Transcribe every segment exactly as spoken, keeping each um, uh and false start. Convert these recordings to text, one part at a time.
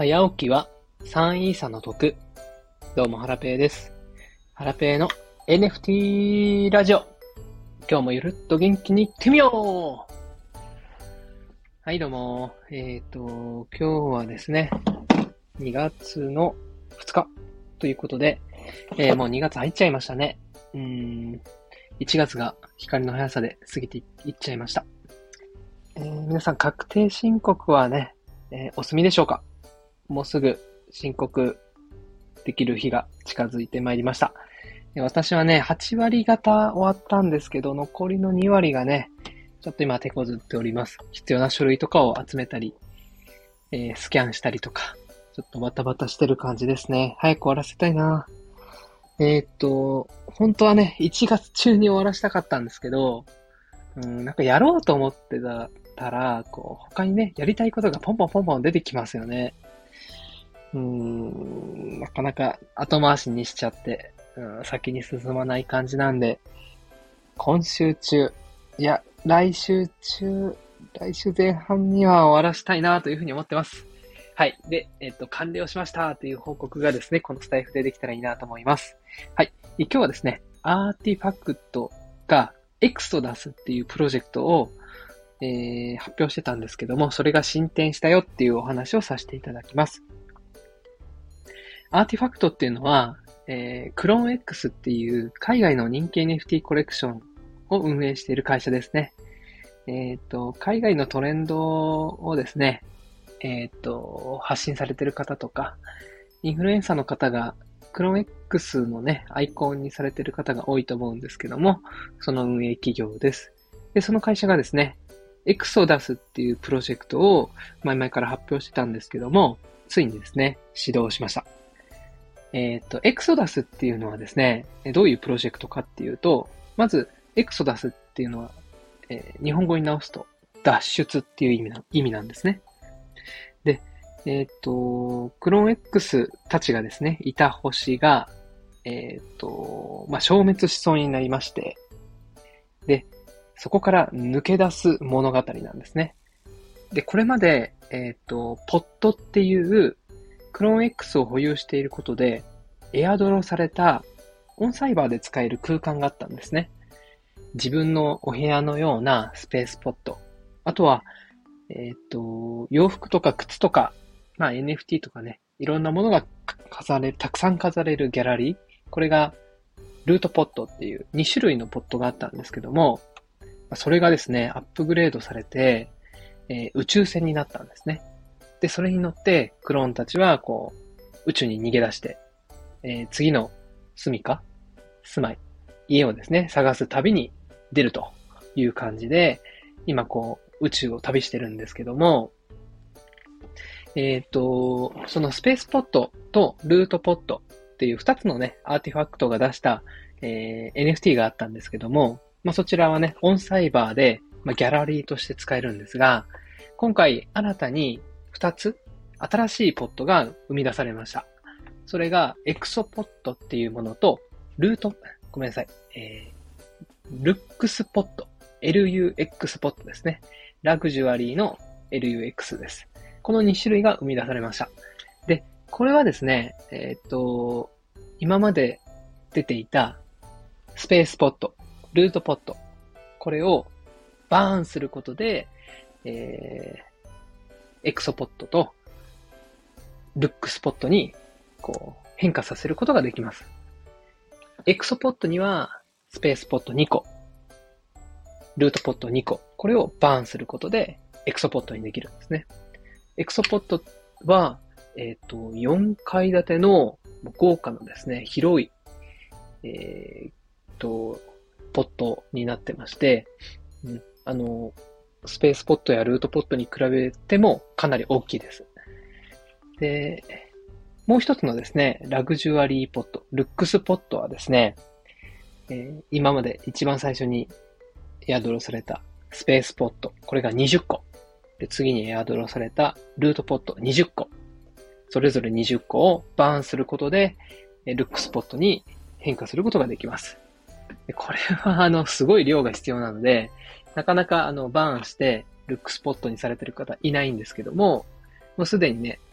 早起きはさんイーサの得。どうも、ハラペーです。ハラペーの エヌエフティー ラジオ。今日もゆるっと元気にいってみよう。はい、どうも。えっと、今日はですね、にがつのふつかということで、えー、もうにがつ入っちゃいましたね。うーん、いちがつが光の速さで過ぎていっちゃいました。えー、皆さん、確定申告はね、えー、お済みでしょうか？もうすぐ申告できる日が近づいてまいりました。私はね、はちわり方終わったんですけど、残りのにわりがね、ちょっと今手こずっております。必要な書類とかを集めたり、えー、スキャンしたりとか、ちょっとバタバタしてる感じですね。早く終わらせたいな。えー、っと、本当はね、いちがつ中に終わらせたかったんですけど、うん、なんかやろうと思ってたら、こう、他にね、やりたいことがポンポンポンポン出てきますよね。うーん、なかなか後回しにしちゃって、うん、先に進まない感じなんで、今週中、いや、来週中、来週前半には終わらしたいなというふうに思ってます。はい。で、えっと、完了しましたという報告がですね、このスタイフでできたらいいなと思います。はい。今日はですね、アーティファクトがエクソダスっていうプロジェクトを、えー、発表してたんですけども、それが進展したよっていうお話をさせていただきます。アーティファクトっていうのは、えー、クローン X っていう海外の人気 エヌエフティー コレクションを運営している会社ですね。えっと、海外のトレンドをですね、えっと、発信されている方とか、インフルエンサーの方がクローン X のね、アイコンにされている方が多いと思うんですけども、その運営企業です。で、その会社がですね、エクソダスっていうプロジェクトを前々から発表してたんですけども、ついにですね、始動しました。えっと、エクソダスっていうのはですね、どういうプロジェクトかっていうと、まず、エクソダスっていうのは、えー、日本語に直すと、脱出っていう意味な、意味なんですね。で、えっと、クローン X たちがですね、いた星が、えっと、まあ、消滅しそうになりまして、で、そこから抜け出す物語なんですね。で、これまで、えっと、ポットっていうクローン X を保有していることで、エアドロされたオンサイバーで使える空間があったんですね。自分のお部屋のようなスペースポット。あとは、えっと、洋服とか靴とか、まあ エヌエフティー とかね、いろんなものが飾れる、たくさん飾れるギャラリー。これが、ルートポットっていうにしゅるいのポットがあったんですけども、それがですね、アップグレードされて、えー、宇宙船になったんですね。で、それに乗って、クローンたちは、こう、宇宙に逃げ出して、えー、次の住みか住まい、家をですね、探す旅に出るという感じで、今こう、宇宙を旅してるんですけども、えっと、そのスペースポットとルートポットっていう二つのね、アーティファクトが出した、えー、エヌエフティー があったんですけども、まあ、そちらはね、オンサイバーで、まあ、ギャラリーとして使えるんですが、今回新たに二つ新しいポットが生み出されました。それがエクソポットっていうものと、ルート、ごめんなさい、えー、ルックスポット、エルユーエックス ポットですね。ラグジュアリーの エルユーエックス です。このにしゅるいが生み出されました。で、これはですね、えっと、今まで出ていたスペースポット、ルートポット、これをバーンすることで、えー、エクソポットとルックスポットにこう変化させることができます。エクソポットにはスペースポットにこ、ルートポットにこ、これをバーンすることでエクソポットにできるんですね。エクソポットは、えっと、よんかい建ての豪華なですね、広い、えー、っと、ポットになってまして、うん、あの、スペースポットやルートポットに比べてもかなり大きいです。で、もう一つのですね、ラグジュアリーポット、ルックスポットはですね、えー、今まで一番最初にエアドロされたスペースポット、これがにじゅっこ。で、次にエアドロされたルートポットにじゅっこ。それぞれにじゅっこをバーンすることで、ルックスポットに変化することができます。でこれは、あの、すごい量が必要なので、なかなか、あの、バーンして、ルックスポットにされている方いないんですけども、もうすでにね、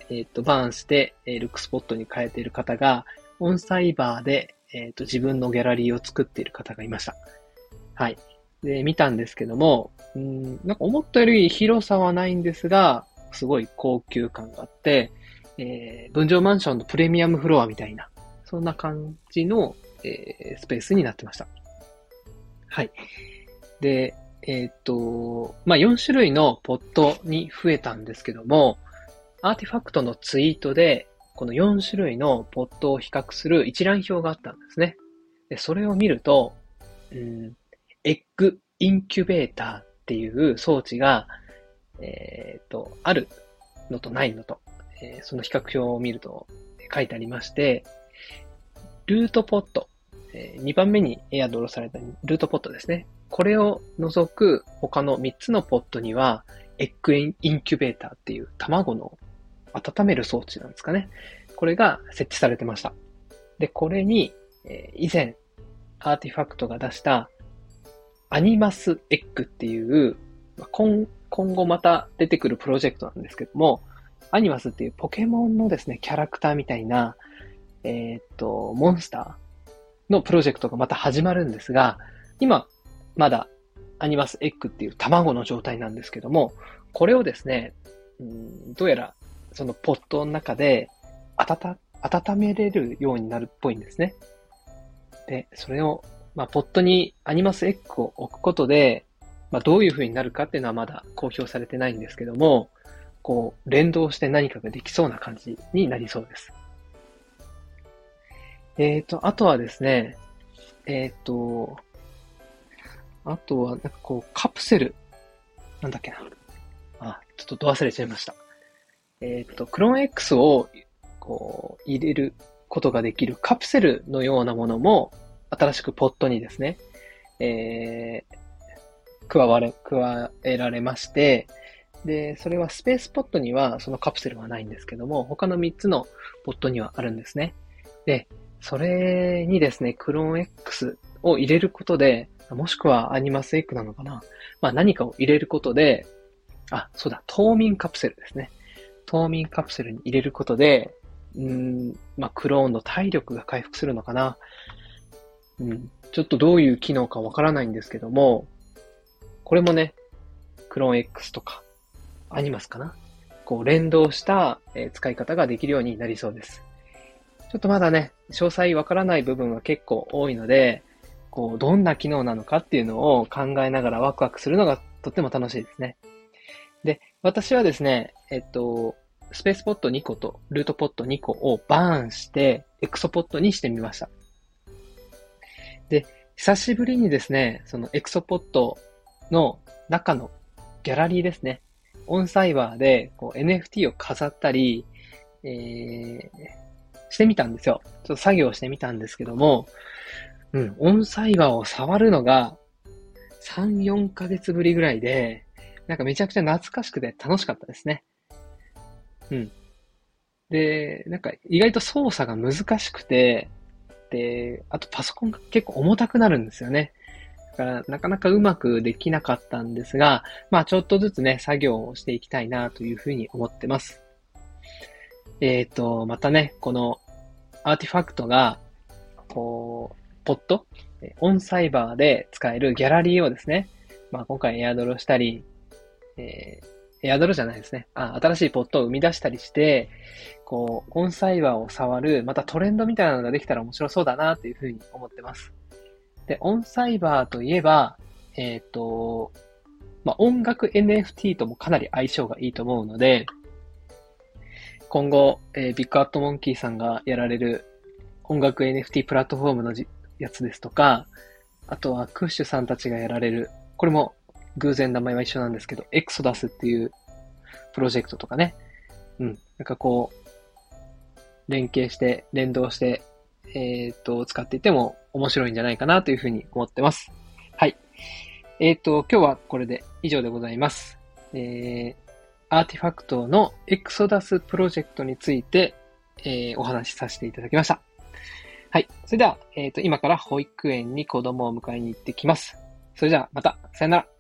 えっと、バーンして、えールックスポットに変えている方が、オンサイバーで、えっと、自分のギャラリーを作っている方がいました。はい。で、見たんですけども、うん、なんか思ったより広さはないんですが、すごい高級感があって、えー、分譲マンションのプレミアムフロアみたいな、そんな感じの、えースペースになってました。はい。で、えーっと、まあ、よん種類のポットに増えたんですけども、アーティファクトのツイートで、このよん種類のポットを比較する一覧表があったんですね。で、それを見ると、うん、エッグインキュベーターっていう装置が、えーっと、あるのとないのと、えーその比較表を見ると書いてありまして、ルートポット、えーにばんめにエアドロされたルートポットですね。これを除く他のみっつのポットには、エッグインキュベーターっていう卵の温める装置なんですかね。これが設置されてました。で、これに、えー以前、アーティファクトが出したアニマスエッグっていう、まあ今今後また出てくるプロジェクトなんですけども、アニマスっていうポケモンのですね、キャラクターみたいな、えーっと、モンスターのプロジェクトがまた始まるんですが、今、まだアニマスエッグっていう卵の状態なんですけども、これをですね、うんどうやらそのポットの中で温温めれるようになるっぽいんですね。で、それを、まあ、ポットにアニマスエッグを置くことで、まあ、どういう風になるかっていうのはまだ公表されてないんですけども、こう、連動して何かができそうな感じになりそうです。えーと、あとはですね、えーと、あとは、なんかこう、カプセル、なんだっけな。あ、ちょっとど忘れちゃいました。えーと、クローン X を、こう、入れることができるカプセルのようなものも、新しくポットにですね、えー、加われ、加えられまして、で、それはスペースポットにはそのカプセルはないんですけども、他のみっつのポットにはあるんですね。で、それにですね、クローン X を入れることで、もしくはアニマスエッグなのかな。まあ何かを入れることで、あ、そうだ、冬眠カプセルですね。冬眠カプセルに入れることで、うーん、まあクローンの体力が回復するのかな。うん、ちょっとどういう機能かわからないんですけども、これもね、クローン X とか、アニマスかなこう連動した、えー使い方ができるようになりそうです。ちょっとまだね、詳細わからない部分は結構多いので、こう、どんな機能なのかっていうのを考えながらワクワクするのがとっても楽しいですね。で、私はですね、えっと、スペースポットにことルートポットにこをバーンして、エクソポットにしてみました。で、久しぶりにですね、そのエクソポットの中のギャラリーですね。オンサイバーでこう エヌエフティー を飾ったり、えー、してみたんですよ。ちょっと作業してみたんですけども、うん、オンサイバーを触るのがさん、よんかげつぶりぐらいで、なんかめちゃくちゃ懐かしくて楽しかったですね。うん。で、なんか意外と操作が難しくて、で、あとパソコンが結構重たくなるんですよね。だからなかなかうまくできなかったんですが、まあちょっとずつね、作業をしていきたいなというふうに思ってます。えっと、またね、このアーティファクトが、こう、ポット、えオンサイバーで使えるギャラリーをですね、まあ今回エアドロしたり、えーエアドロじゃないですね。あ、新しいポットを生み出したりして、こう、オンサイバーを触る、またトレンドみたいなのができたら面白そうだなというふうに思ってます。で、オンサイバーといえば、えっと、まあ、音楽 エヌエフティー ともかなり相性がいいと思うので、今後、えービッグアットモンキーさんがやられる音楽 エヌエフティー プラットフォームのじやつですとか、あとはクッシュさんたちがやられる、これも偶然名前は一緒なんですけど、エクソダスっていうプロジェクトとかね、うん、なんかこう、連携して、連動して、えっと、使っていても面白いんじゃないかなというふうに思ってます。はい。えっと、今日はこれで以上でございます。えー、アーティファクトのエクソダスプロジェクトについて、えーお話しさせていただきました。はい。それでは、えっと、今から保育園に子供を迎えに行ってきます。それじゃあ、また、さよなら。